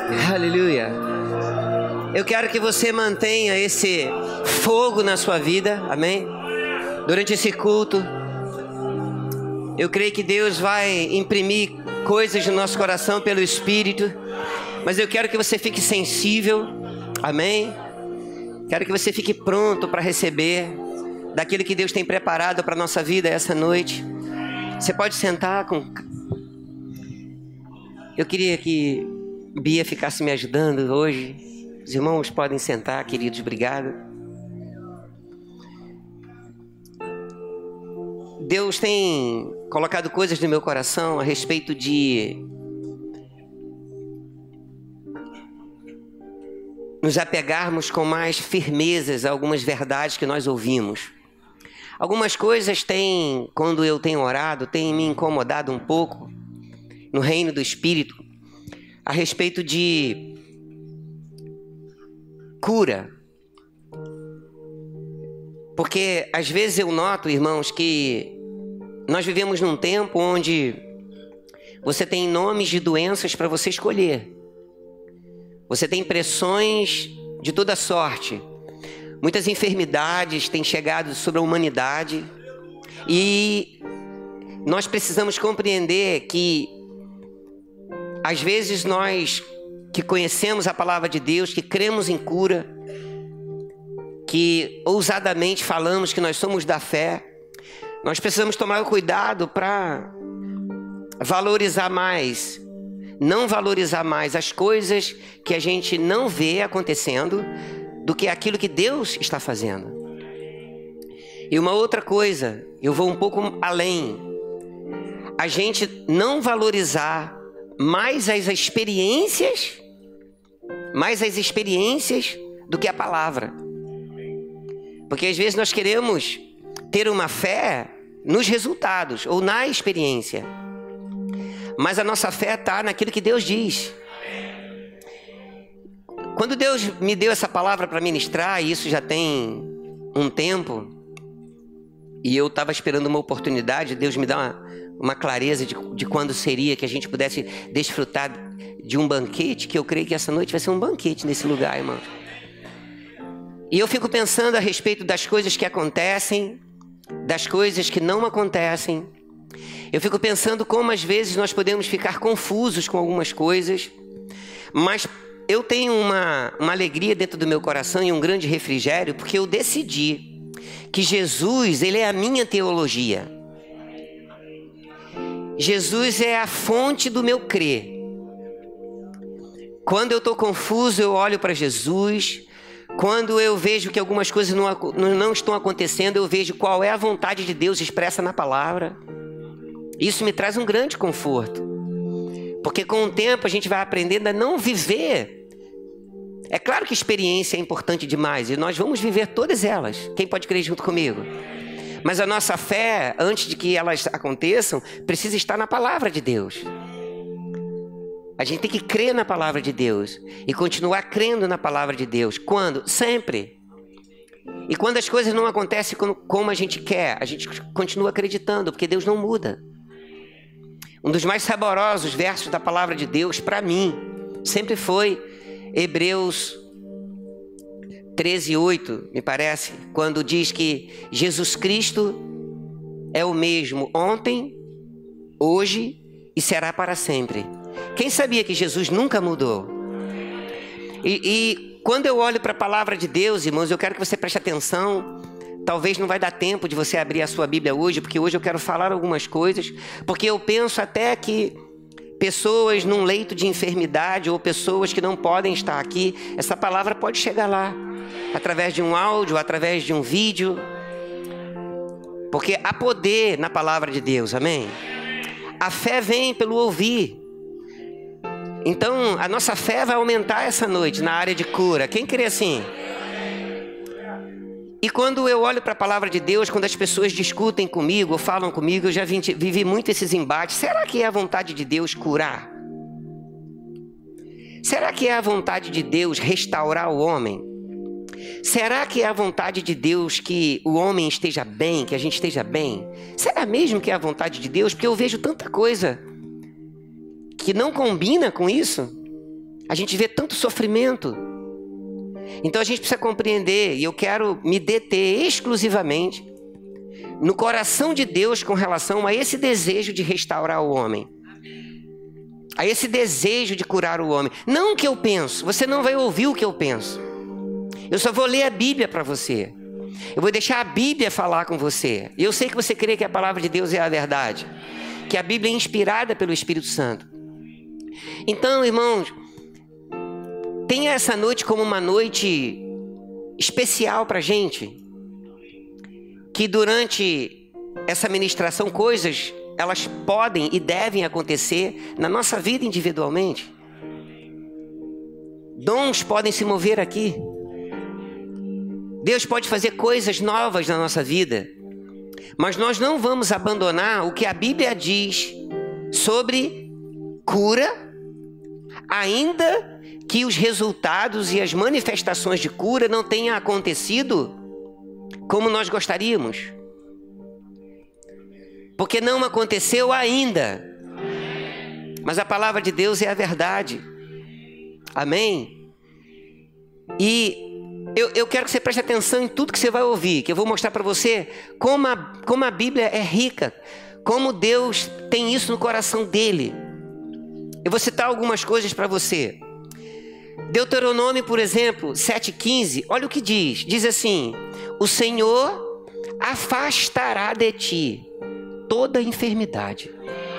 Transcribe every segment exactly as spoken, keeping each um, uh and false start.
Aleluia. Eu quero que você mantenha esse fogo na sua vida, amém? Durante esse culto, eu creio que Deus vai imprimir coisas no nosso coração pelo Espírito, mas eu quero que você fique sensível, amém? Quero que você fique pronto para receber daquilo que Deus tem preparado para a nossa vida essa noite. Você pode sentar com... Eu queria que Bia ficasse me ajudando hoje. Os irmãos podem sentar, queridos, obrigado. Deus tem colocado coisas no meu coração a respeito de nos apegarmos com mais firmezas a algumas verdades que nós ouvimos. Algumas coisas têm, quando eu tenho orado, têm me incomodado um pouco no reino do Espírito a respeito de cura. Porque às vezes eu noto, irmãos, que nós vivemos num tempo onde você tem nomes de doenças para você escolher. Você tem pressões de toda sorte. Muitas enfermidades têm chegado sobre a humanidade. E nós precisamos compreender que às vezes nós que conhecemos a palavra de Deus, que cremos em cura, que ousadamente falamos que nós somos da fé, nós precisamos tomar cuidado para valorizar mais, não valorizar mais as coisas que a gente não vê acontecendo do que aquilo que Deus está fazendo. E uma outra coisa, eu vou um pouco além, a gente não valorizar mais as experiências, mais as experiências do que a palavra. Porque às vezes nós queremos ter uma fé nos resultados ou na experiência. Mas a nossa fé está naquilo que Deus diz. Quando Deus me deu essa palavra para ministrar, e isso já tem um tempo, e eu estava esperando uma oportunidade, Deus me dá uma, uma clareza de, de quando seria que a gente pudesse desfrutar de um banquete, que eu creio que essa noite vai ser um banquete nesse lugar, irmão. E eu fico pensando a respeito das coisas que acontecem, das coisas que não acontecem. Eu fico pensando como às vezes nós podemos ficar confusos com algumas coisas, mas eu tenho uma, uma alegria dentro do meu coração e um grande refrigério, porque eu decidi que Jesus, ele é a minha teologia. Jesus é a fonte do meu crer. Quando eu estou confuso, eu olho para Jesus. Quando eu vejo que algumas coisas não, não estão acontecendo, eu vejo qual é a vontade de Deus expressa na palavra. Isso me traz um grande conforto. Porque com o tempo a gente vai aprendendo a não viver. É claro que experiência é importante demais e nós vamos viver todas elas. Quem pode crer junto comigo? Mas a nossa fé, antes de que elas aconteçam, precisa estar na palavra de Deus. A gente tem que crer na palavra de Deus e continuar crendo na palavra de Deus. Quando? Sempre. E quando as coisas não acontecem como a gente quer, a gente continua acreditando, porque Deus não muda. Um dos mais saborosos versos da palavra de Deus, para mim, sempre foi Hebreus treze, oito, me parece, quando diz que Jesus Cristo é o mesmo ontem, hoje e será para sempre. Quem sabia que Jesus nunca mudou? E, e quando eu olho para a palavra de Deus, irmãos, eu quero que você preste atenção. Talvez não vai dar tempo de você abrir a sua Bíblia hoje, porque hoje eu quero falar algumas coisas, porque eu penso até que pessoas num leito de enfermidade ou pessoas que não podem estar aqui, essa palavra pode chegar lá, através de um áudio, através de um vídeo, porque há poder na palavra de Deus, amém? A fé vem pelo ouvir. Então, a nossa fé vai aumentar essa noite na área de cura. Quem crê assim? E quando eu olho para a palavra de Deus, quando as pessoas discutem comigo ou falam comigo, eu já vi, vivi muito esses embates. Será que é a vontade de Deus curar? Será que é a vontade de Deus restaurar o homem? Será que é a vontade de Deus que o homem esteja bem, que a gente esteja bem? Será mesmo que é a vontade de Deus? Porque eu vejo tanta coisa que não combina com isso. A gente vê tanto sofrimento. Então a gente precisa compreender, e eu quero me deter exclusivamente no coração de Deus com relação a esse desejo de restaurar o homem. A esse desejo de curar o homem. Não o que eu penso, você não vai ouvir o que eu penso. Eu só vou ler a Bíblia para você. Eu vou deixar a Bíblia falar com você. E eu sei que você crê que a palavra de Deus é a verdade, que a Bíblia é inspirada pelo Espírito Santo. Então, irmãos, tenha essa noite como uma noite especial para a gente. Que durante essa ministração, coisas, elas podem e devem acontecer na nossa vida individualmente. Dons podem se mover aqui. Deus pode fazer coisas novas na nossa vida. Mas nós não vamos abandonar o que a Bíblia diz sobre cura, ainda que os resultados e as manifestações de cura não tenham acontecido como nós gostaríamos. Porque não aconteceu ainda. Mas a palavra de Deus é a verdade. Amém? E eu, eu quero que você preste atenção em tudo que você vai ouvir, que eu vou mostrar para você como a, como a Bíblia é rica, como Deus tem isso no coração dele. Eu vou citar algumas coisas para você. Deuteronômio, por exemplo, sete, quinze, olha o que diz. Diz assim: o Senhor afastará de ti toda enfermidade.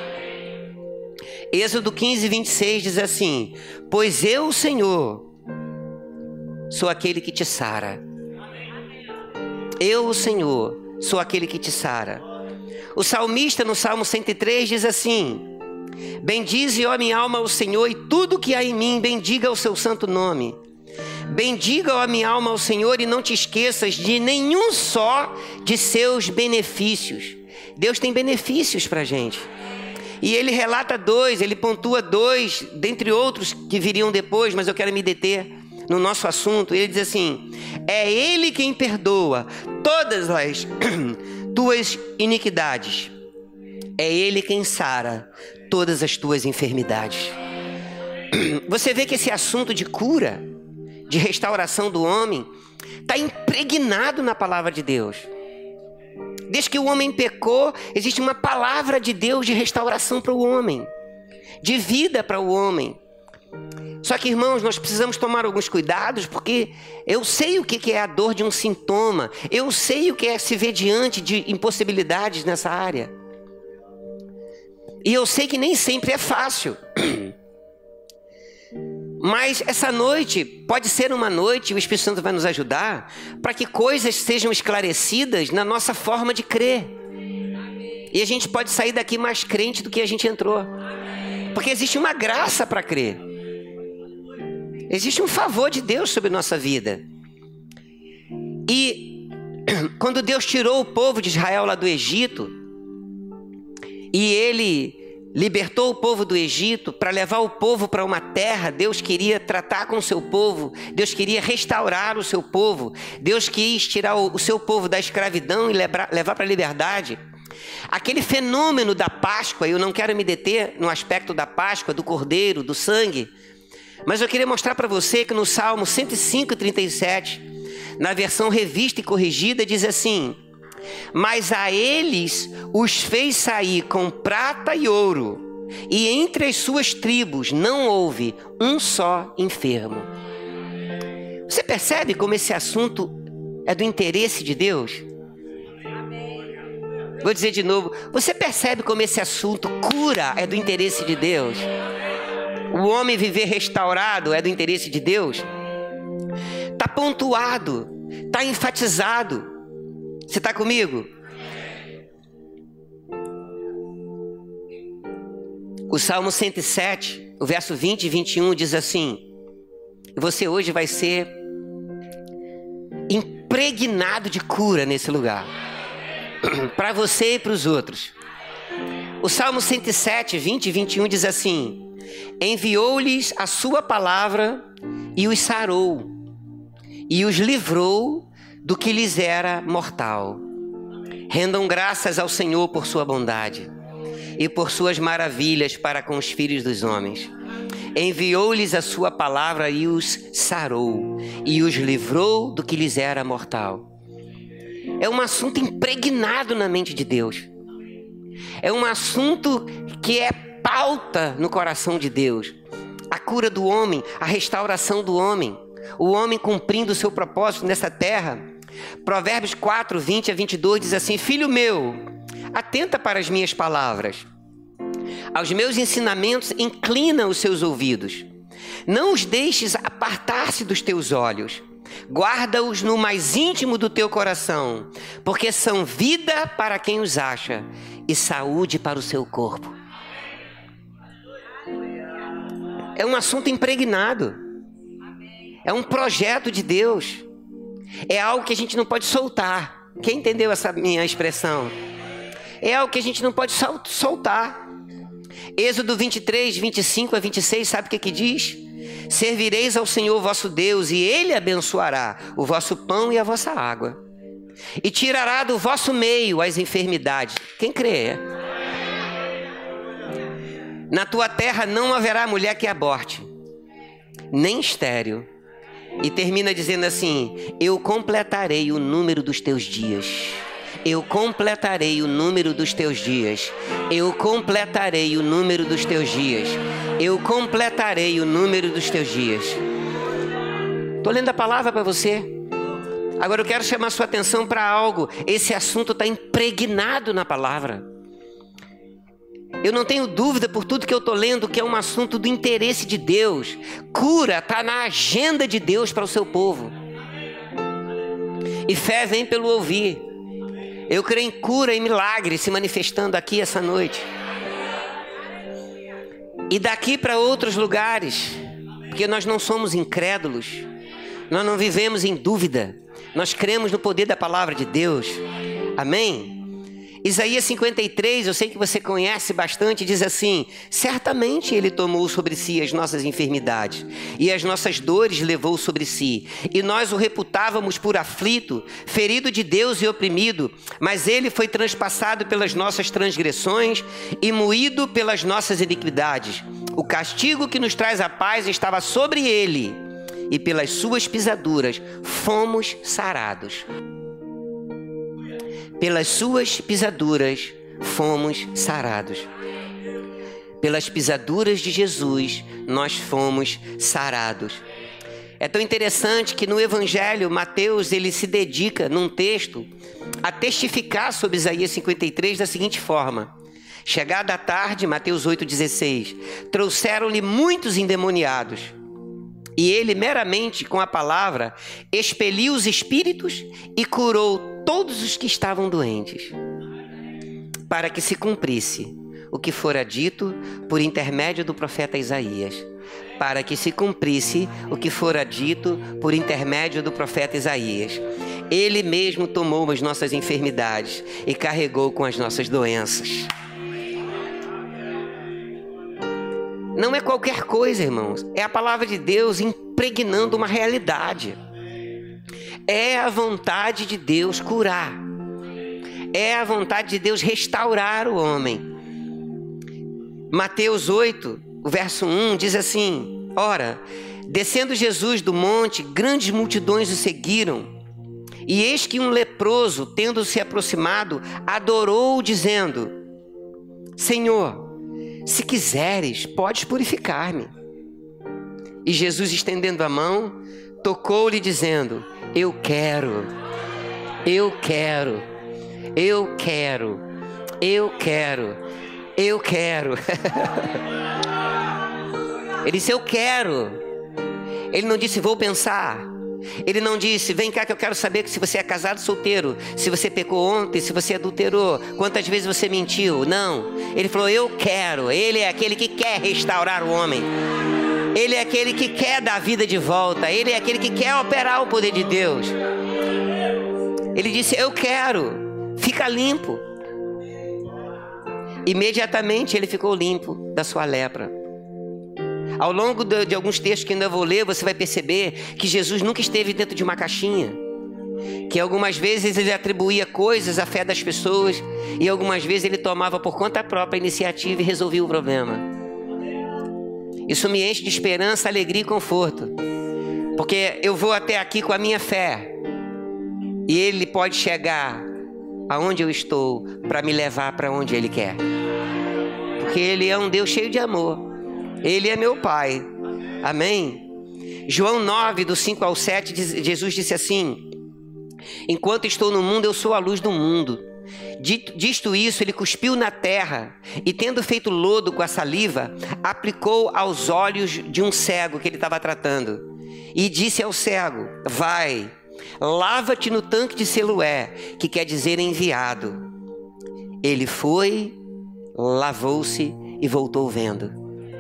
Êxodo quinze, vinte e seis diz assim: pois eu, o Senhor, sou aquele que te sara. Eu, o Senhor, sou aquele que te sara. O salmista no Salmo cento e três diz assim: bendize, ó minha alma, ao Senhor, e tudo que há em mim, bendiga o seu santo nome. Bendiga, ó minha alma, ao Senhor, e não te esqueças de nenhum só de seus benefícios. Deus tem benefícios para a gente. E ele relata dois, ele pontua dois, dentre outros que viriam depois, mas eu quero me deter no nosso assunto. Ele diz assim: é Ele quem perdoa todas as tuas iniquidades. É Ele quem sara todas as tuas enfermidades. Você vê que esse assunto de cura, de restauração do homem, está impregnado na palavra de Deus. Desde que o homem pecou, existe uma palavra de Deus de restauração para o homem, de vida para o homem. Só que, irmãos, nós precisamos tomar alguns cuidados, porque eu sei o que é a dor de um sintoma, eu sei o que é se ver diante de impossibilidades nessa área. E eu sei que nem sempre é fácil. Mas essa noite pode ser uma noite, o Espírito Santo vai nos ajudar, para que coisas sejam esclarecidas na nossa forma de crer. E a gente pode sair daqui mais crente do que a gente entrou. Porque existe uma graça para crer. Existe um favor de Deus sobre nossa vida. E quando Deus tirou o povo de Israel lá do Egito, e ele libertou o povo do Egito para levar o povo para uma terra, Deus queria tratar com o seu povo, Deus queria restaurar o seu povo, Deus quis tirar o, o seu povo da escravidão e levar, levar para a liberdade. Aquele fenômeno da Páscoa, eu não quero me deter no aspecto da Páscoa, do cordeiro, do sangue, mas eu queria mostrar para você que no Salmo cento e cinco, trinta e sete, na versão revista e corrigida, diz assim: mas a eles os fez sair com prata e ouro, e entre as suas tribos não houve um só enfermo. Você percebe como esse assunto é do interesse de Deus? Vou dizer de novo, você percebe como esse assunto cura é do interesse de Deus? O homem viver restaurado é do interesse de Deus? Está pontuado, está enfatizado. Você está comigo? O Salmo cento e sete, o verso vinte e vinte e um diz assim: você hoje vai ser impregnado de cura nesse lugar, para você e para os outros. O Salmo cento e sete, vinte e vinte e um diz assim: enviou-lhes a sua palavra e os sarou, e os livrou do que lhes era mortal. Rendam graças ao Senhor por sua bondade e por suas maravilhas para com os filhos dos homens. enviou-lhes a sua palavra e os sarou, e os livrou do que lhes era mortal. É um assunto impregnado na mente de Deus. É um assunto que é pauta no coração de Deus. A cura do homem, a restauração do homem, o homem cumprindo o seu propósito nessa terra. Provérbios quatro, vinte a vinte e dois diz assim: filho meu, atenta para as minhas palavras. Aos meus ensinamentos inclina os seus ouvidos. Não os deixes apartar-se dos teus olhos. Guarda-os no mais íntimo do teu coração, porque são vida para quem os acha e saúde para o seu corpo. É um assunto impregnado. É um projeto de Deus. É algo que a gente não pode soltar. Quem entendeu essa minha expressão? É algo que a gente não pode sol- soltar. Êxodo vinte e três, vinte e cinco a vinte e seis, sabe o que que diz? Servireis ao Senhor vosso Deus, e Ele abençoará o vosso pão e a vossa água, e tirará do vosso meio as enfermidades. Quem crê? Na tua terra não haverá mulher que aborte, nem estéril. E termina dizendo assim: eu completarei o número dos teus dias. Eu completarei o número dos teus dias. Eu completarei o número dos teus dias. Eu completarei o número dos teus dias. Estou lendo a palavra para você. Agora eu quero chamar sua atenção para algo. Esse assunto está impregnado na palavra. Eu não tenho dúvida por tudo que eu estou lendo que é um assunto do interesse de Deus. Cura está na agenda de Deus para o seu povo. E fé vem pelo ouvir. Eu creio em cura e milagre se manifestando aqui essa noite. E daqui para outros lugares, porque nós não somos incrédulos, nós não vivemos em dúvida, nós cremos no poder da palavra de Deus. Amém? Isaías cinquenta e três, eu sei que você conhece bastante, diz assim: certamente Ele tomou sobre si as nossas enfermidades e as nossas dores levou sobre si, e nós o reputávamos por aflito, ferido de Deus e oprimido, mas Ele foi transpassado pelas nossas transgressões e moído pelas nossas iniquidades. O castigo que nos traz a paz estava sobre Ele, e pelas suas pisaduras fomos sarados. Pelas suas pisaduras fomos sarados. Pelas pisaduras de Jesus nós fomos sarados. É tão interessante que no Evangelho, Mateus ele se dedica num texto a testificar sobre Isaías cinquenta e três da seguinte forma: chegada a tarde, Mateus oito, dezesseis, trouxeram-lhe muitos endemoniados, e ele meramente com a palavra expeliu os espíritos e curou todos os que estavam doentes, para que se cumprisse o que fora dito por intermédio do profeta Isaías. Para que se cumprisse o que fora dito por intermédio do profeta Isaías. Ele mesmo tomou as nossas enfermidades e carregou com as nossas doenças. Não é qualquer coisa, irmãos. É a palavra de Deus impregnando uma realidade. É a vontade de Deus curar. É a vontade de Deus restaurar o homem. Mateus oito, o verso um, diz assim: ora, descendo Jesus do monte, grandes multidões o seguiram. E eis que um leproso, tendo se aproximado, adorou, dizendo: Senhor, se quiseres, podes purificar-me. E Jesus, estendendo a mão, tocou-lhe, dizendo: Eu quero, eu quero, eu quero, eu quero, eu quero. Ele disse: eu quero. Ele não disse: vou pensar. Ele não disse: vem cá que eu quero saber se você é casado ou solteiro, se você pecou ontem, se você adulterou, quantas vezes você mentiu. Não. Ele falou: eu quero. Ele é aquele que quer restaurar o homem. Ele é aquele que quer dar a vida de volta. Ele é aquele que quer operar o poder de Deus. Ele disse: eu quero. Fica limpo. Imediatamente ele ficou limpo da sua lepra. Ao longo de, de alguns textos que ainda vou ler, você vai perceber que Jesus nunca esteve dentro de uma caixinha. Que algumas vezes ele atribuía coisas à fé das pessoas e algumas vezes ele tomava por conta própria a iniciativa e resolvia o problema. Isso me enche de esperança, alegria e conforto. Porque eu vou até aqui com a minha fé. E Ele pode chegar aonde eu estou para me levar para onde Ele quer. Porque Ele é um Deus cheio de amor. Ele é meu Pai. Amém? João nove, do cinco ao sete, Jesus disse assim: enquanto estou no mundo, eu sou a luz do mundo. Dito isso, ele cuspiu na terra e, tendo feito lodo com a saliva, aplicou aos olhos de um cego que ele estava tratando. E disse ao cego: vai, lava-te no tanque de Siloé, que quer dizer enviado. Ele foi, lavou-se e voltou vendo.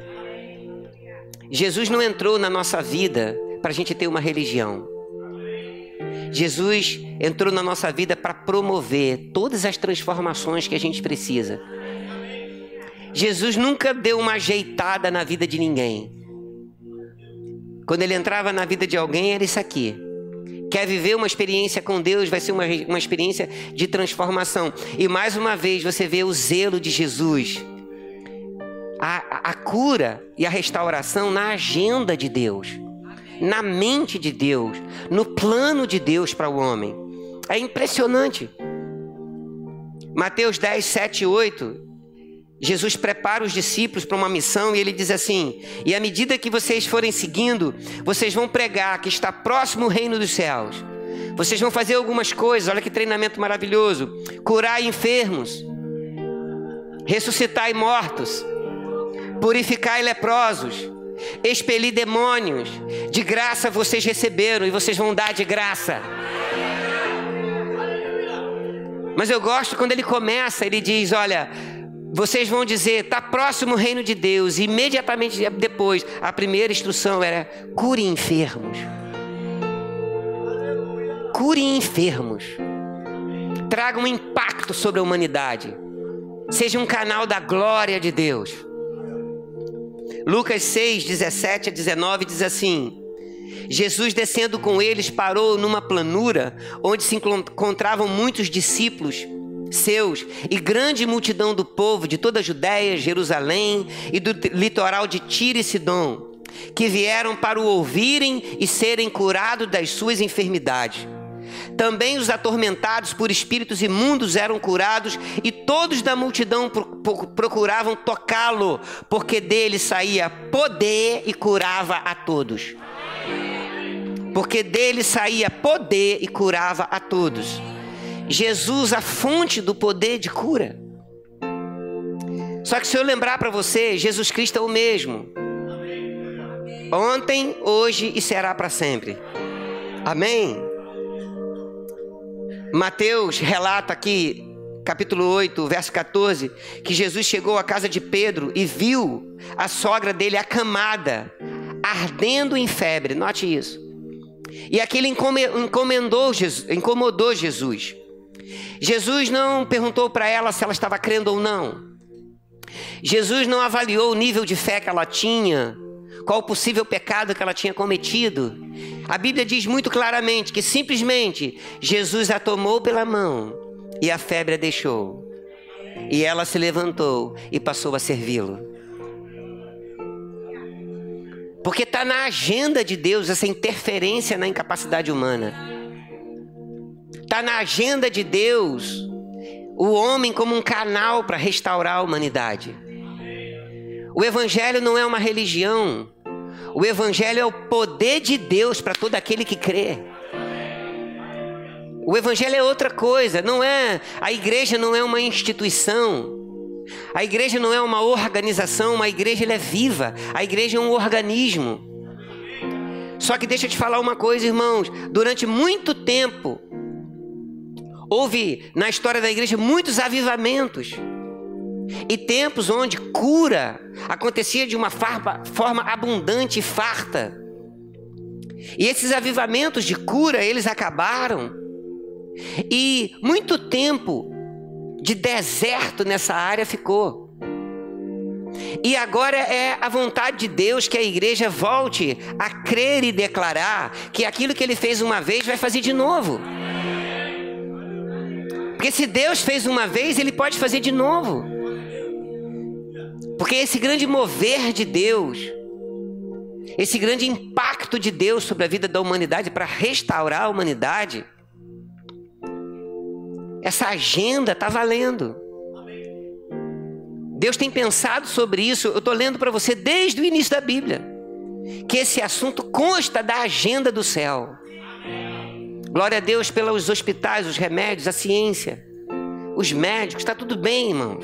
Jesus não entrou na nossa vida para a gente ter uma religião. Jesus entrou na nossa vida para promover todas as transformações que a gente precisa. Jesus nunca deu uma ajeitada na vida de ninguém. Quando Ele entrava na vida de alguém, era isso aqui. Quer viver uma experiência com Deus, vai ser uma, uma experiência de transformação. E mais uma vez você vê o zelo de Jesus. A, a cura e a restauração na agenda de Deus. Na mente de Deus, no plano de Deus para o homem. É impressionante. Mateus dez, sete e oito, Jesus prepara os discípulos para uma missão e Ele diz assim: e à medida que vocês forem seguindo, vocês vão pregar que está próximo o reino dos céus. Vocês vão fazer algumas coisas, olha que treinamento maravilhoso: curar enfermos, ressuscitar mortos, purificar leprosos, expelir demônios. De graça vocês receberam e vocês vão dar de graça. Mas eu gosto quando ele começa, ele diz: olha, vocês vão dizer, está próximo o reino de Deus. E imediatamente depois, a primeira instrução era: cure enfermos. Cure enfermos. Traga um impacto sobre a humanidade. Seja um canal da glória de Deus. Lucas seis, dezessete a dezenove diz assim: Jesus, descendo com eles, parou numa planura onde se encontravam muitos discípulos seus e grande multidão do povo de toda a Judéia, Jerusalém e do litoral de Tiro e Sidom, que vieram para o ouvirem e serem curados das suas enfermidades. Também os atormentados por espíritos imundos eram curados, e todos da multidão procuravam tocá-lo, porque dele saía poder e curava a todos. Porque dele saía poder e curava a todos. Jesus, a fonte do poder de cura. Só que se eu lembrar para você, Jesus Cristo é o mesmo. Ontem, hoje e será para sempre. Amém? Mateus relata aqui, capítulo oito, verso catorze, que Jesus chegou à casa de Pedro e viu a sogra dele acamada, ardendo em febre. Note isso. E aquilo encomendou Jesus, incomodou Jesus. Jesus não perguntou para ela se ela estava crendo ou não. Jesus não avaliou o nível de fé que ela tinha, qual o possível pecado que ela tinha cometido. A Bíblia diz muito claramente que simplesmente Jesus a tomou pela mão e a febre a deixou. E ela se levantou e passou a servi-lo. Porque está na agenda de Deus essa interferência na incapacidade humana. Está na agenda de Deus o homem como um canal para restaurar a humanidade. O Evangelho não é uma religião. O Evangelho é o poder de Deus para todo aquele que crê. O Evangelho é outra coisa. Não é, a igreja não é uma instituição. A igreja não é uma organização. Uma igreja ela é viva. A igreja é um organismo. Só que deixa eu te falar uma coisa, irmãos. Durante muito tempo, houve na história da igreja muitos avivamentos. E tempos onde cura acontecia de uma forma abundante e farta. E esses avivamentos de cura, eles acabaram. E muito tempo de deserto nessa área ficou. E agora é a vontade de Deus que a igreja volte a crer e declarar que aquilo que Ele fez uma vez vai fazer de novo. Porque se Deus fez uma vez, Ele pode fazer de novo. Porque esse grande mover de Deus esse grande impacto de Deus sobre a vida da humanidade para restaurar a humanidade, essa agenda está valendo. Deus tem pensado sobre isso. Eu estou lendo para você desde o início da Bíblia, que esse assunto consta da agenda do céu. Glória a Deus pelos hospitais, os remédios, a ciência, os médicos, está tudo bem, irmãos.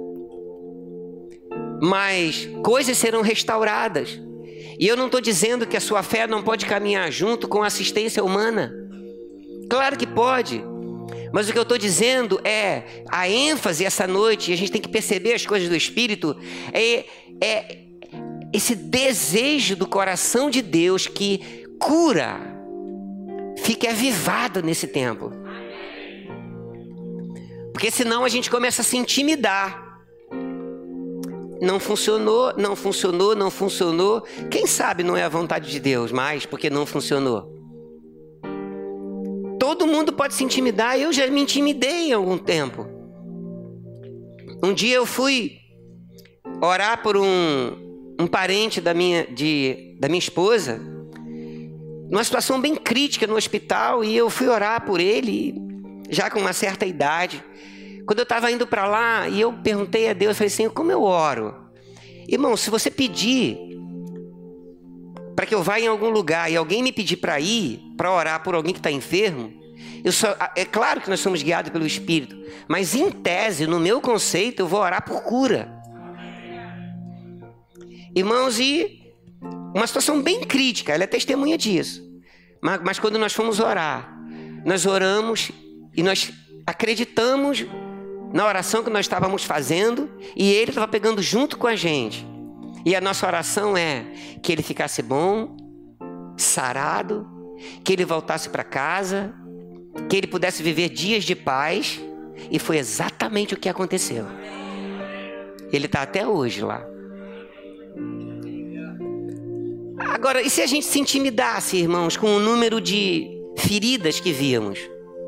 Mas coisas serão restauradas. E eu não estou dizendo que a sua fé não pode caminhar junto com a assistência humana. Claro que pode. Mas o que eu estou dizendo é a ênfase essa noite, e a gente tem que perceber as coisas do Espírito, é, é esse desejo do coração de Deus que cura, fique avivado nesse tempo. Porque senão a gente começa a se intimidar. Não funcionou, não funcionou, não funcionou. Quem sabe não é a vontade de Deus, mas porque não funcionou. Todo mundo pode se intimidar. Eu já me intimidei em algum tempo. Um dia eu fui orar por um, um parente da minha, de, da minha esposa, numa situação bem crítica no hospital, e eu fui orar por ele, já com uma certa idade. Quando eu estava indo para lá, e eu perguntei a Deus, eu falei assim, como eu oro? Irmão, se você pedir para que eu vá em algum lugar e alguém me pedir para ir, para orar por alguém que está enfermo, eu só, é claro que nós somos guiados pelo Espírito, mas em tese, no meu conceito, eu vou orar por cura. Irmãos, e uma situação bem crítica, ela é testemunha disso. Mas, mas quando nós fomos orar, nós oramos e nós acreditamos na oração que nós estávamos fazendo, e ele estava pegando junto com a gente. E a nossa oração é que ele ficasse bom, sarado, que ele voltasse para casa, que ele pudesse viver dias de paz, e foi exatamente o que aconteceu. Ele está até hoje lá. Agora, e se a gente se intimidasse, irmãos, com o número de feridas que víamos?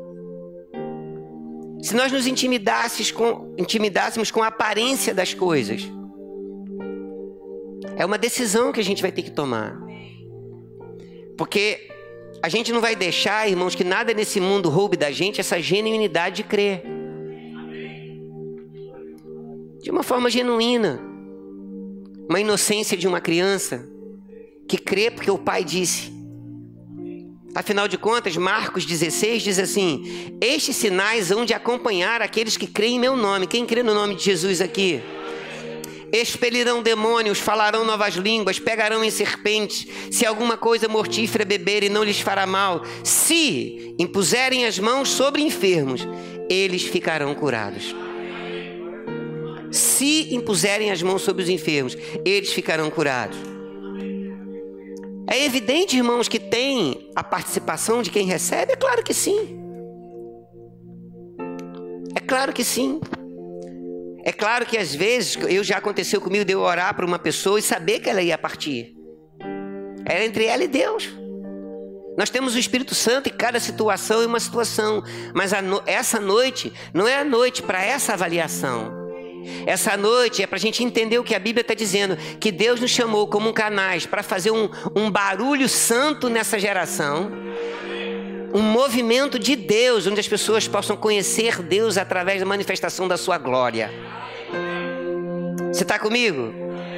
Se nós nos intimidássemos com, intimidássemos com a aparência das coisas? É uma decisão que a gente vai ter que tomar. Porque a gente não vai deixar, irmãos, que nada nesse mundo roube da gente essa genuinidade de crer. De uma forma genuína. Uma inocência de uma criança que crê porque o pai disse. Afinal de contas, Marcos dezesseis diz assim, estes sinais hão de acompanhar aqueles que creem em meu nome. Quem crê no nome de Jesus aqui? Expelirão demônios, falarão novas línguas, pegarão em serpentes. Se alguma coisa mortífera beberem, não lhes fará mal. Se impuserem as mãos sobre enfermos, eles ficarão curados. Se impuserem as mãos sobre os enfermos, eles ficarão curados. É evidente, irmãos, que tem a participação de quem recebe? É claro que sim. É claro que sim. É claro que às vezes, eu já aconteceu comigo de eu orar para uma pessoa e saber que ela ia partir. Era entre ela e Deus. Nós temos o Espírito Santo e cada situação é uma situação. Mas a no... essa noite não é a noite para essa avaliação. Essa noite é para a gente entender o que a Bíblia está dizendo, que Deus nos chamou como um canais para fazer um, um barulho santo nessa geração, um movimento de Deus, onde as pessoas possam conhecer Deus através da manifestação da sua glória. Você está comigo?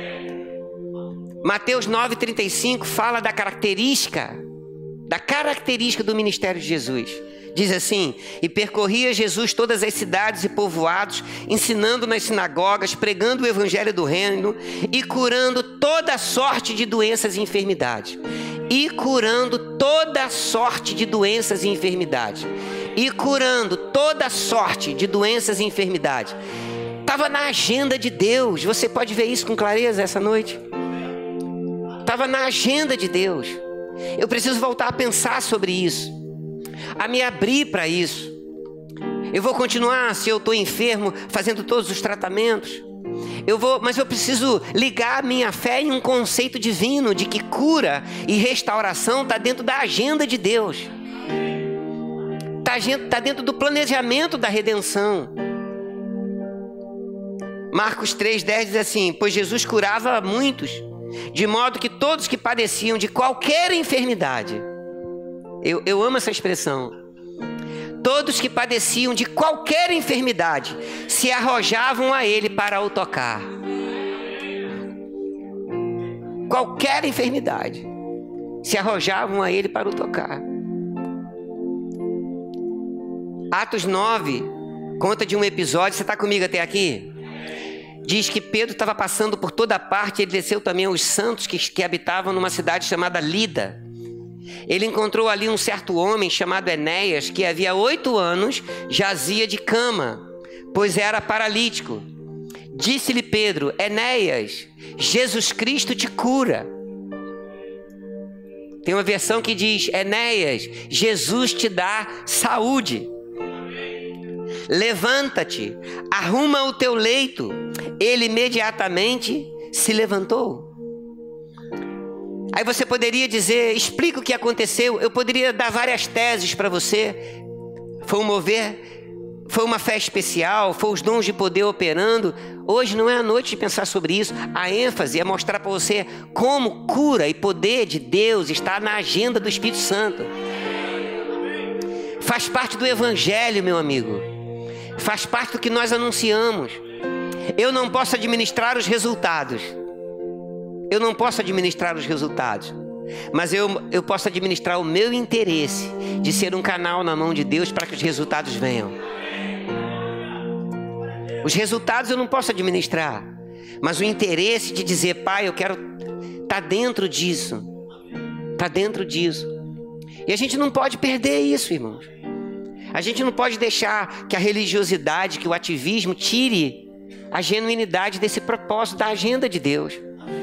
Mateus nove, trinta e cinco fala da característica, da característica do ministério de Jesus. Diz assim, e percorria Jesus todas as cidades e povoados, ensinando nas sinagogas, pregando o evangelho do reino e curando toda sorte de doenças e enfermidades. E curando toda sorte de doenças e enfermidades. E curando toda sorte de doenças e enfermidades. Estava na agenda de Deus. Você pode ver isso com clareza essa noite? Estava na agenda de Deus. Eu preciso voltar a pensar sobre isso, a me abrir para isso. Eu vou continuar, se eu estou enfermo, fazendo todos os tratamentos. Eu vou, mas eu preciso ligar a minha fé em um conceito divino de que cura e restauração está dentro da agenda de Deus. Está tá dentro do planejamento da redenção. Marcos três, dez diz assim, pois Jesus curava muitos de modo que todos que padeciam de qualquer enfermidade, eu, eu amo essa expressão, todos que padeciam de qualquer enfermidade se arrojavam a ele para o tocar. Qualquer enfermidade se arrojavam a ele para o tocar. Atos nove conta de um episódio, você está comigo até aqui? Diz que Pedro estava passando por toda parte, ele desceu também aos santos que, que habitavam numa cidade chamada Lida. Ele encontrou ali um certo homem chamado Enéas, que havia oito anos jazia de cama, pois era paralítico. Disse-lhe Pedro: Enéas, Jesus Cristo te cura. Tem uma versão que diz: Enéas, Jesus te dá saúde. Levanta-te, arruma o teu leito. Ele imediatamente se levantou. Aí você poderia dizer: explica o que aconteceu. Eu poderia dar várias teses para você. Foi um mover, foi uma fé especial, foi os dons de poder operando. Hoje não é a noite de pensar sobre isso. A ênfase é mostrar para você como cura e poder de Deus está na agenda do Espírito Santo. Faz parte do Evangelho, meu amigo. Faz parte do que nós anunciamos. Eu não posso administrar os resultados. Eu não posso administrar os resultados. Mas eu, eu posso administrar o meu interesse de ser um canal na mão de Deus para que os resultados venham. Os resultados eu não posso administrar. Mas o interesse de dizer: Pai, eu quero estar dentro disso. Está dentro disso. E a gente não pode perder isso, irmãos. A gente não pode deixar que a religiosidade, que o ativismo tire a genuinidade desse propósito da agenda de Deus.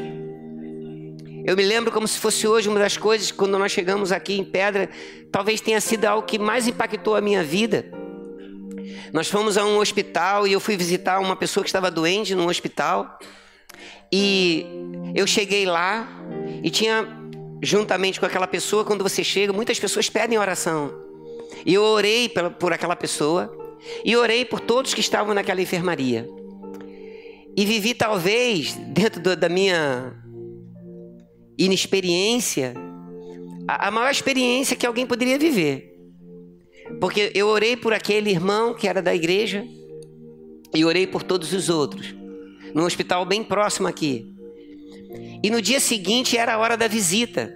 Eu me lembro como se fosse hoje uma das coisas, quando nós chegamos aqui em Pedra, talvez tenha sido algo que mais impactou a minha vida. Nós fomos a um hospital e eu fui visitar uma pessoa que estava doente num hospital. E eu cheguei lá e tinha, juntamente com aquela pessoa, quando você chega, muitas pessoas pedem oração. E eu orei por aquela pessoa e orei por todos que estavam naquela enfermaria. E vivi talvez, dentro do, da minha inexperiência, a, a maior experiência que alguém poderia viver. Porque eu orei por aquele irmão que era da igreja e orei por todos os outros, num hospital bem próximo aqui. E no dia seguinte era a hora da visita.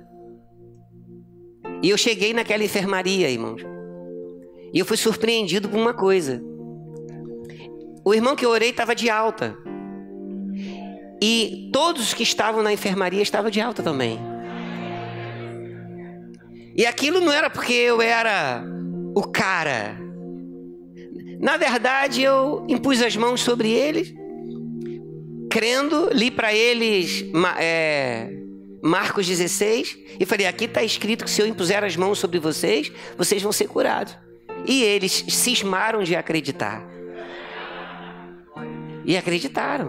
E eu cheguei naquela enfermaria, irmãos. E eu fui surpreendido por uma coisa. O irmão que eu orei estava de alta. E todos os que estavam na enfermaria estavam de alta também. E aquilo não era porque eu era o cara. Na verdade, eu impus as mãos sobre eles, crendo, li para eles é, Marcos dezesseis, e falei: aqui está escrito que se eu impuser as mãos sobre vocês, vocês vão ser curados. E eles cismaram de acreditar. E acreditaram.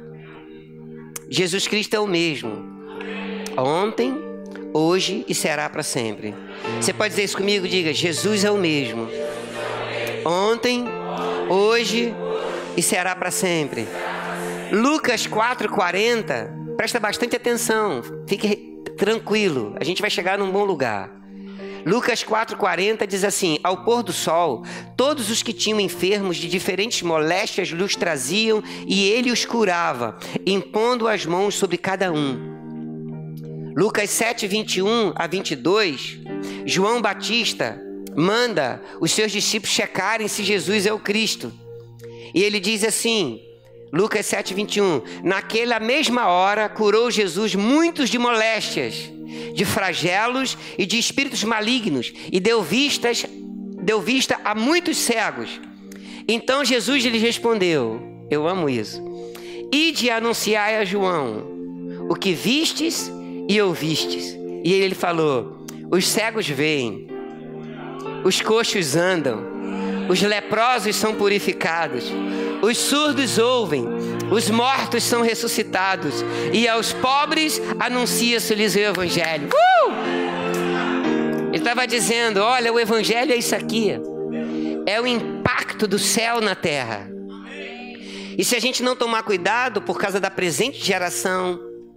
Jesus Cristo é o mesmo. Ontem, hoje e será para sempre. Você pode dizer isso comigo? Diga: Jesus é o mesmo. Ontem, hoje e será para sempre. Lucas quatro, quarenta. Presta bastante atenção. Fique tranquilo. A gente vai chegar num bom lugar. Lucas quatro, quarenta diz assim: ao pôr do sol, todos os que tinham enfermos de diferentes moléstias lhes traziam e ele os curava, impondo as mãos sobre cada um. Lucas sete, vinte e um a vinte e dois, João Batista manda os seus discípulos checarem se Jesus é o Cristo. E ele diz assim, Lucas sete, vinte e um, naquela mesma hora curou Jesus muitos de moléstias, de flagelos e de espíritos malignos, e deu vistas, deu vista a muitos cegos. Então Jesus lhes respondeu, eu amo isso, ide anunciai a João o que vistes e ouvistes. E ele falou, os cegos veem, os coxos andam, os leprosos são purificados, os surdos ouvem, os mortos são ressuscitados, e aos pobres anuncia-se-lhes o Evangelho. Uh! Ele estava dizendo, olha, o Evangelho é isso aqui, é o impacto do céu na terra. E se a gente não tomar cuidado por causa da presente geração,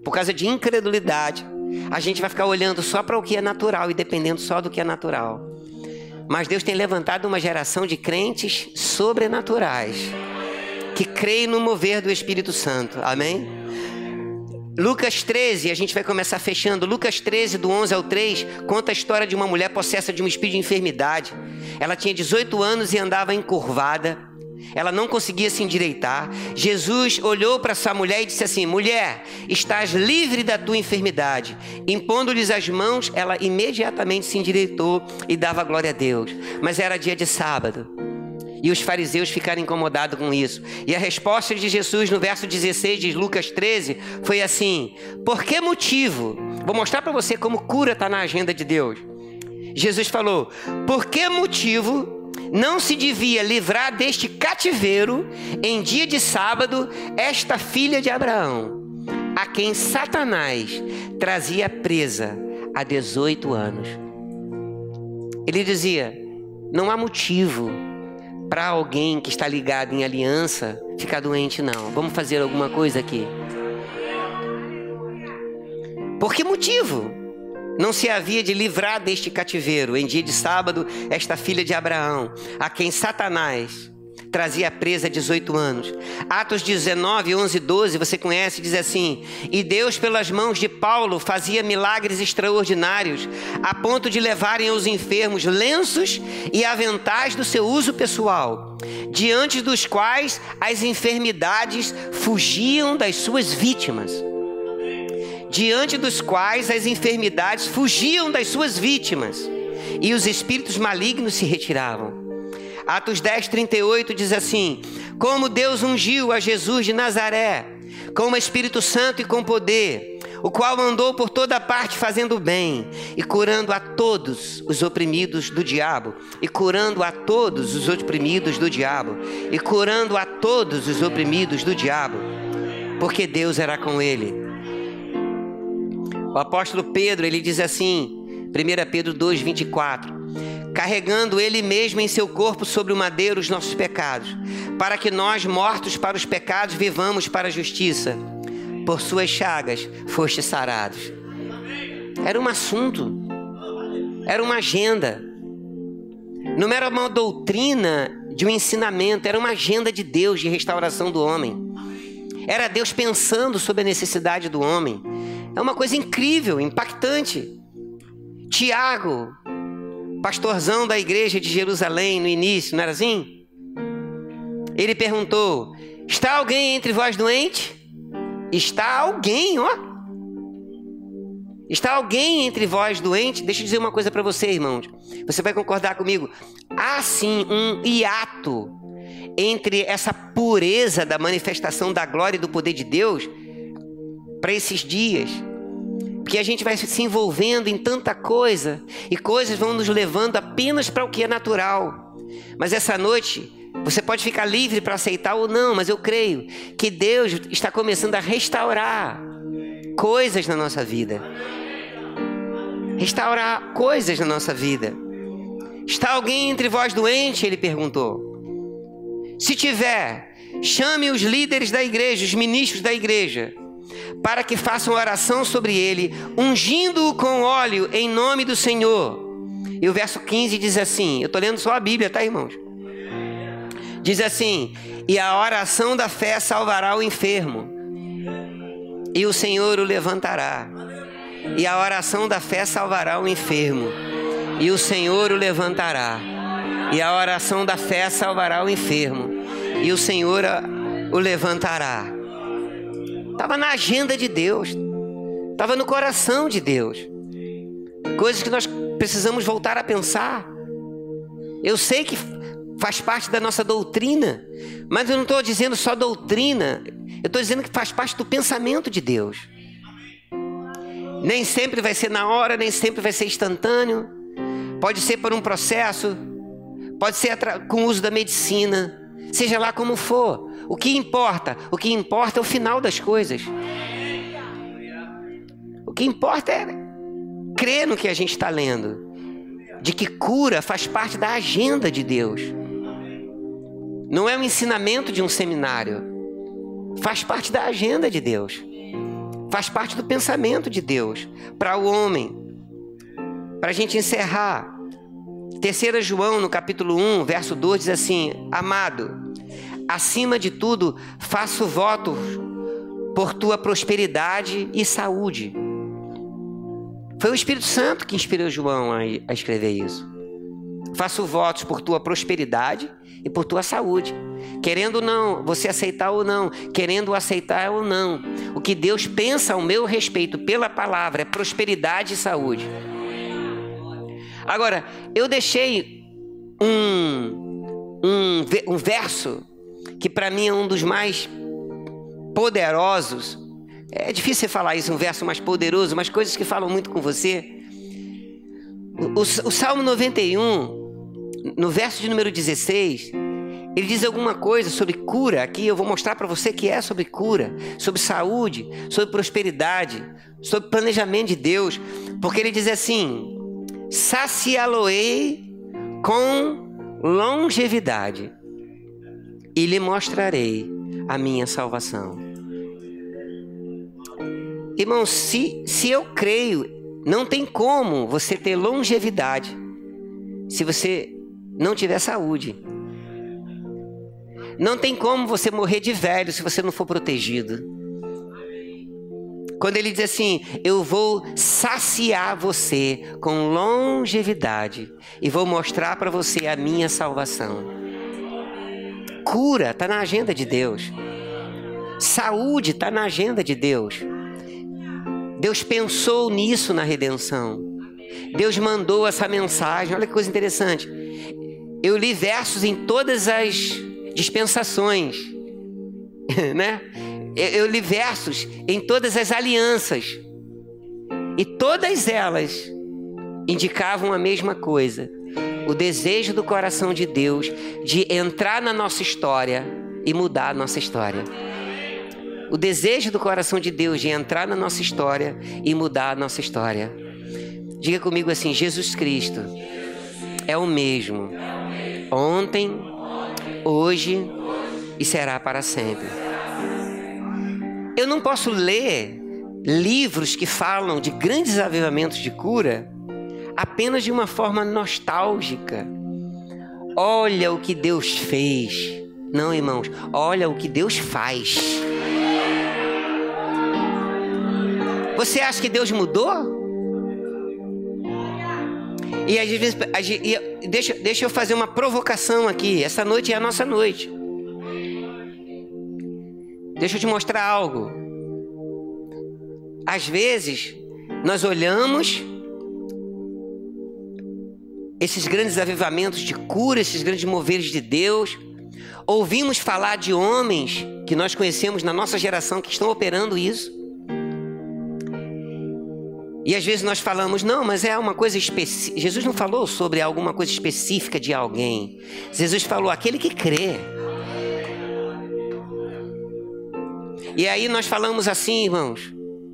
por causa de incredulidade, a gente vai ficar olhando só para o que é natural e dependendo só do que é natural. Mas Deus tem levantado uma geração de crentes sobrenaturais, que creem no mover do Espírito Santo. Amém? Lucas treze, a gente vai começar fechando. Lucas treze, do onze ao três, conta a história de uma mulher possessa de um espírito de enfermidade. Ela tinha dezoito anos e andava encurvada. Ela não conseguia se endireitar. Jesus olhou para essa mulher e disse assim: mulher, estás livre da tua enfermidade. Impondo-lhes as mãos, ela imediatamente se endireitou e dava glória a Deus. Mas era dia de sábado. E os fariseus ficaram incomodados com isso. E a resposta de Jesus no verso dezesseis de Lucas treze foi assim: por que motivo? Vou mostrar para você como cura está na agenda de Deus. Jesus falou: por que motivo não se devia livrar deste cativeiro em dia de sábado esta filha de Abraão, a quem Satanás trazia presa há dezoito anos? Ele dizia: não há motivo para alguém que está ligado em aliança ficar doente, não. Vamos fazer alguma coisa aqui. Por que motivo não se havia de livrar deste cativeiro em dia de sábado esta filha de Abraão, a quem Satanás trazia presa há dezoito anos? Atos dezenove, onze e doze, você conhece, diz assim: e Deus pelas mãos de Paulo fazia milagres extraordinários, a ponto de levarem aos enfermos lenços e aventais do seu uso pessoal, diante dos quais as enfermidades fugiam das suas vítimas. Diante dos quais as enfermidades fugiam das suas vítimas, e os espíritos malignos se retiravam. Atos dez, trinta e oito diz assim: como Deus ungiu a Jesus de Nazaré com o Espírito Santo e com poder, o qual andou por toda parte fazendo bem e curando a todos os oprimidos do diabo, e curando a todos os oprimidos do diabo, e curando a todos os oprimidos do diabo, porque Deus era com ele. O apóstolo Pedro, ele diz assim, primeira Pedro dois, vinte e quatro: carregando ele mesmo em seu corpo sobre o madeiro os nossos pecados, para que nós, mortos para os pecados, vivamos para a justiça. Por suas chagas foste sarados. Era um assunto, era uma agenda, não era uma doutrina de um ensinamento, era uma agenda de Deus de restauração do homem. Era Deus pensando sobre a necessidade do homem. É uma coisa incrível, impactante. Tiago, pastorzão da igreja de Jerusalém no início, não era assim? Ele perguntou: está alguém entre vós doente? Está alguém, ó. Está alguém entre vós doente? Deixa eu dizer uma coisa para você, irmãos. Você vai concordar comigo. Há sim um hiato entre essa pureza da manifestação da glória e do poder de Deus para esses dias. Porque a gente vai se envolvendo em tanta coisa e coisas vão nos levando apenas para o que é natural. Mas essa noite você pode ficar livre para aceitar ou não, mas eu creio que Deus está começando a restaurar coisas na nossa vida. Restaurar coisas na nossa vida. Está alguém entre vós doente? Ele perguntou. Se tiver, chame os líderes da igreja, os ministros da igreja, para que façam oração sobre ele, ungindo-o com óleo em nome do Senhor. E o verso quinze diz assim, eu estou lendo só a Bíblia, tá, irmãos? Diz assim: e a oração da fé salvará o enfermo, e o Senhor o levantará. E a oração da fé salvará o enfermo, e o Senhor o levantará. E a oração da fé salvará o enfermo, e o Senhor o levantará. Estava na agenda de Deus, estava no coração de Deus. Coisas que nós precisamos voltar a pensar. Eu sei que faz parte da nossa doutrina, mas eu não estou dizendo só doutrina, eu estou dizendo que faz parte do pensamento de Deus. Nem sempre vai ser na hora, nem sempre vai ser instantâneo. Pode ser por um processo, pode ser com o uso da medicina, seja lá como for. O que importa? O que importa é o final das coisas. O que importa é crer no que a gente está lendo, de que cura faz parte da agenda de Deus. Não é um ensinamento de um seminário, faz parte da agenda de Deus, Faz parte do pensamento de Deus para o homem. Para a gente encerrar, terceira João, no capítulo um, verso dois, diz assim: amado, acima de tudo, faço votos por tua prosperidade e saúde. Foi o Espírito Santo que inspirou João a, a escrever isso. Faço votos por tua prosperidade e por tua saúde. Querendo ou não, você aceitar ou não, querendo aceitar ou não, o que Deus pensa ao meu respeito pela palavra é prosperidade e saúde. Agora, eu deixei um, um, um verso que para mim é um dos mais poderosos. É difícil você falar isso, um verso mais poderoso, mas coisas que falam muito com você. O, o, o Salmo noventa e um, no verso de número dezesseis, ele diz alguma coisa sobre cura. Aqui eu vou mostrar para você que é sobre cura, sobre saúde, sobre prosperidade, sobre planejamento de Deus. Porque ele diz assim: saciá-lo-ei com longevidade e lhe mostrarei a minha salvação. Irmão, se, se eu creio, não tem como você ter longevidade se você não tiver saúde. Não tem como você morrer de velho se você não for protegido. Quando ele diz assim: eu vou saciar você com longevidade e vou mostrar para você a minha salvação. Cura está na agenda de Deus. Saúde está na agenda de Deus. Deus pensou nisso na redenção. Deus mandou essa mensagem. Olha que coisa interessante. Eu li versos em todas as dispensações, né? Eu li versos em todas as alianças. E todas elas indicavam a mesma coisa: o desejo do coração de Deus de entrar na nossa história e mudar a nossa história. O desejo do coração de Deus de entrar na nossa história e mudar a nossa história. Diga comigo assim: Jesus Cristo é o mesmo ontem, hoje e será para sempre. Eu não posso ler livros que falam de grandes avivamentos de cura apenas de uma forma nostálgica. Olha o que Deus fez. Não, irmãos, olha o que Deus faz. Você acha que Deus mudou? E às vezes, deixa, deixa eu fazer uma provocação aqui. Essa noite é a nossa noite. Deixa eu te mostrar algo. Às vezes, nós olhamos esses grandes avivamentos de cura, esses grandes moveres de Deus, ouvimos falar de homens que nós conhecemos na nossa geração que estão operando isso. E às vezes nós falamos: não, mas é uma coisa específica. Jesus não falou sobre alguma coisa específica de alguém. Jesus falou: aquele que crê. E aí nós falamos assim, irmãos: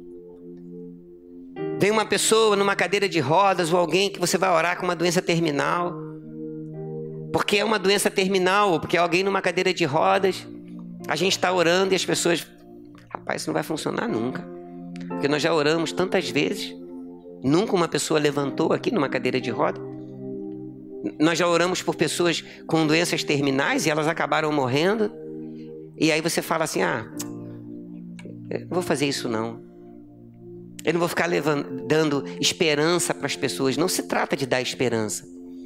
vem uma pessoa numa cadeira de rodas ou alguém que você vai orar com uma doença terminal. Porque é uma doença terminal, ou porque é alguém numa cadeira de rodas. A gente está orando e as pessoas: rapaz, isso não vai funcionar nunca. Porque nós já oramos tantas vezes. Nunca uma pessoa levantou aqui numa cadeira de roda. Nós já oramos por pessoas com doenças terminais e elas acabaram morrendo. E aí você fala assim: ah, eu não vou fazer isso não. Eu não vou ficar levando, dando esperança para as pessoas. Não se trata de dar esperança.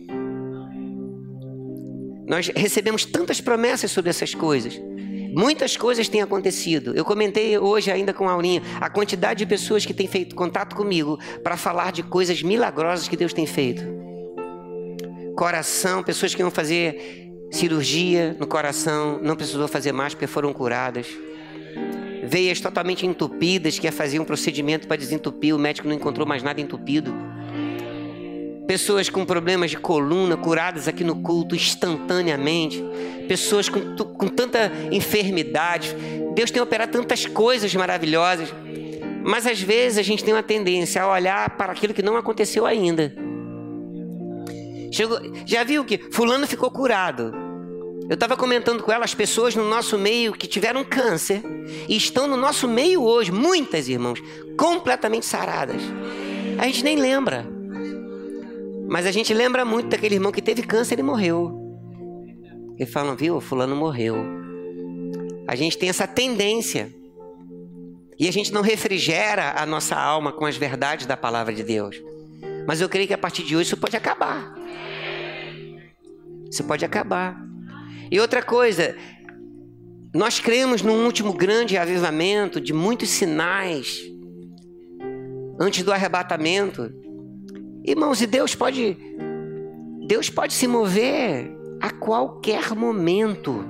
Nós recebemos tantas promessas sobre essas coisas. Muitas coisas têm acontecido. Eu comentei hoje ainda com a Aurinha a quantidade de pessoas que têm feito contato comigo para falar de coisas milagrosas que Deus tem feito. Coração, pessoas que iam fazer cirurgia no coração, não precisou fazer mais porque foram curadas. Veias totalmente entupidas, que ia fazer um procedimento para desentupir, o médico não encontrou mais nada entupido. Pessoas com problemas de coluna curadas aqui no culto instantaneamente. Pessoas com, com tanta enfermidade. Deus tem operado tantas coisas maravilhosas. Mas às vezes a gente tem uma tendência a olhar para aquilo que não aconteceu ainda. Chegou, já viu que fulano ficou curado. Eu estava comentando com ela as pessoas no nosso meio que tiveram câncer e estão no nosso meio hoje, muitas, irmãos, completamente saradas. A gente nem lembra. Mas a gente lembra muito daquele irmão que teve câncer e morreu. E falam, viu, fulano morreu. A gente tem essa tendência. E a gente não refrigera a nossa alma com as verdades da palavra de Deus. Mas eu creio que a partir de hoje isso pode acabar. Isso pode acabar. E outra coisa, nós cremos num último grande avivamento de muitos sinais antes do arrebatamento. Irmãos, e Deus pode, Deus pode se mover a qualquer momento.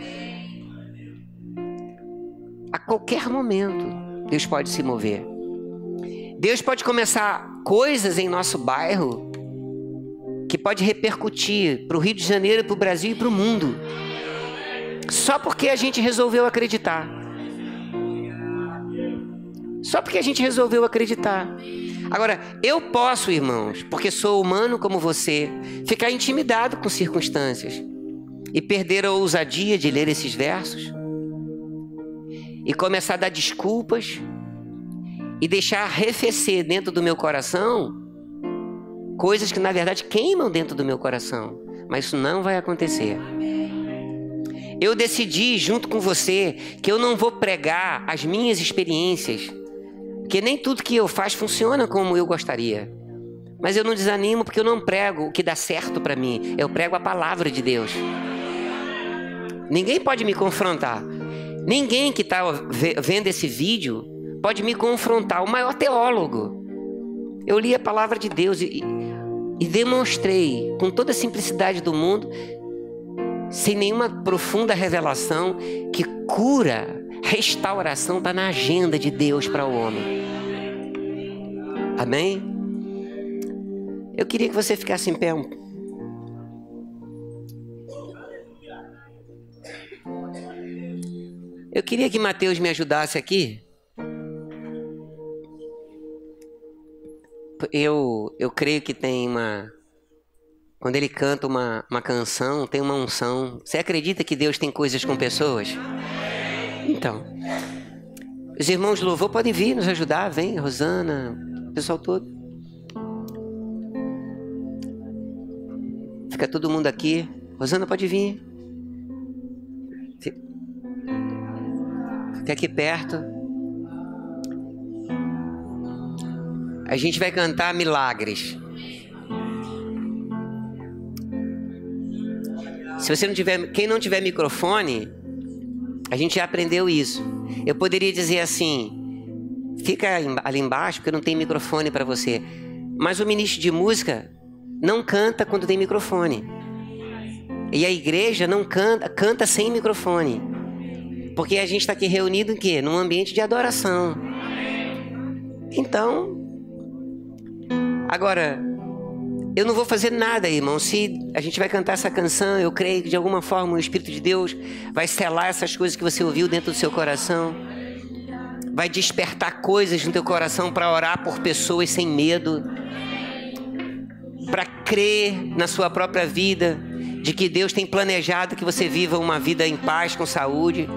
A qualquer momento, Deus pode se mover. Deus pode começar coisas em nosso bairro que pode repercutir para o Rio de Janeiro, para o Brasil e para o mundo. Só porque a gente resolveu acreditar. Só porque a gente resolveu acreditar. Agora, eu posso, irmãos, porque sou humano como você, ficar intimidado com circunstâncias e perder a ousadia de ler esses versos e começar a dar desculpas e deixar arrefecer dentro do meu coração coisas que na verdade queimam dentro do meu coração. Mas isso não vai acontecer. Eu decidi junto com você que eu não vou pregar as minhas experiências, porque nem tudo que eu faço funciona como eu gostaria. Mas eu não desanimo porque eu não prego o que dá certo para mim. Eu prego a palavra de Deus. Ninguém pode me confrontar. Ninguém que está vendo esse vídeo pode me confrontar. O maior teólogo. Eu li a palavra de Deus e, e demonstrei com toda a simplicidade do mundo, sem nenhuma profunda revelação, que cura, restauração está na agenda de Deus para o homem. Amém? Eu queria que você ficasse em pé. Eu queria que Mateus me ajudasse aqui. Eu, eu creio que tem uma... Quando ele canta uma, uma canção, tem uma unção. Você acredita que Deus tem coisas com pessoas? Então, os irmãos de louvor podem vir nos ajudar. Vem, Rosana, o pessoal todo. Fica todo mundo aqui. Rosana, pode vir. Fica aqui perto. A gente vai cantar milagres. Se você não tiver, quem não tiver microfone, a gente já aprendeu isso. Eu poderia dizer assim: fica ali embaixo porque não tem microfone para você. Mas o ministro de música não canta quando tem microfone. E a igreja não canta, canta sem microfone. Porque a gente está aqui reunido em quê? Num ambiente de adoração. Então, agora, eu não vou fazer nada, irmão. Se a gente vai cantar essa canção, eu creio que de alguma forma o Espírito de Deus vai selar essas coisas que você ouviu dentro do seu coração. Vai despertar coisas no teu coração para orar por pessoas sem medo. Para crer na sua própria vida, de que Deus tem planejado que você viva uma vida em paz, com saúde.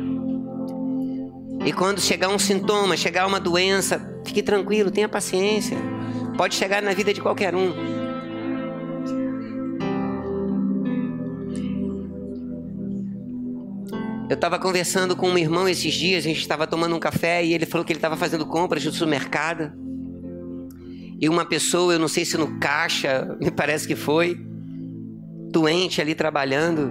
E quando chegar um sintoma, chegar uma doença, fique tranquilo, tenha paciência. Pode chegar na vida de qualquer um. Eu estava conversando com um irmão esses dias, a gente estava tomando um café e ele falou que ele estava fazendo compras no supermercado. E uma pessoa, eu não sei se no caixa, me parece que foi, doente ali trabalhando.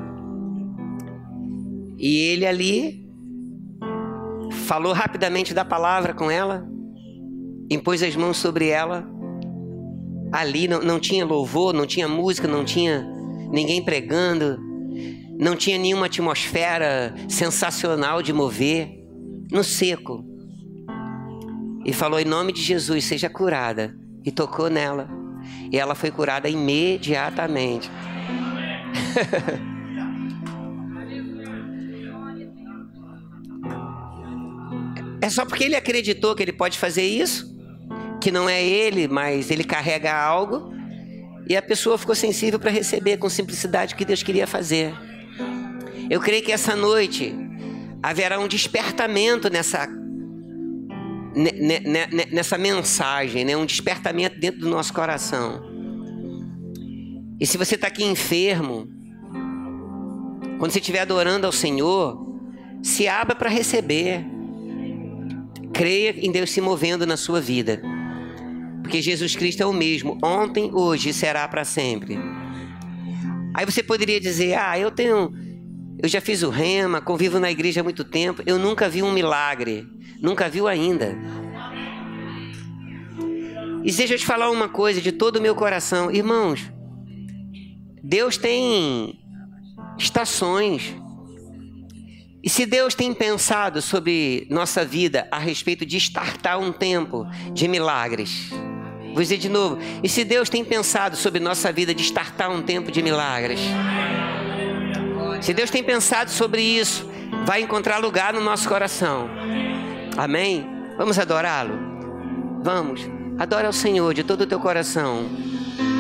E ele ali falou rapidamente da palavra com ela, impôs as mãos sobre ela. Ali não, não tinha louvor, não tinha música, não tinha ninguém pregando, não tinha nenhuma atmosfera sensacional de mover, no seco. E falou: em nome de Jesus, seja curada. E tocou nela. E ela foi curada imediatamente. É só porque ele acreditou que ele pode fazer isso, que não é ele, mas ele carrega algo, e a pessoa ficou sensível para receber com simplicidade o que Deus queria fazer. Eu creio que essa noite haverá um despertamento nessa, nessa mensagem, né? Um despertamento dentro do nosso coração. E se você está aqui enfermo, quando você estiver adorando ao Senhor, se abra para receber. Creia em Deus se movendo na sua vida. Porque Jesus Cristo é o mesmo, ontem, hoje e será para sempre. Aí você poderia dizer, ah, eu tenho, eu já fiz o rema, convivo na igreja há muito tempo, eu nunca vi um milagre, nunca viu ainda. E deixa eu te falar uma coisa de todo o meu coração, irmãos, Deus tem estações. E se Deus tem pensado sobre nossa vida a respeito de startar um tempo de milagres, vou dizer de novo, e se Deus tem pensado sobre nossa vida de startar um tempo de milagres, se Deus tem pensado sobre isso, vai encontrar lugar no nosso coração. Amém? Vamos adorá-lo? Vamos, adora ao Senhor de todo o teu coração.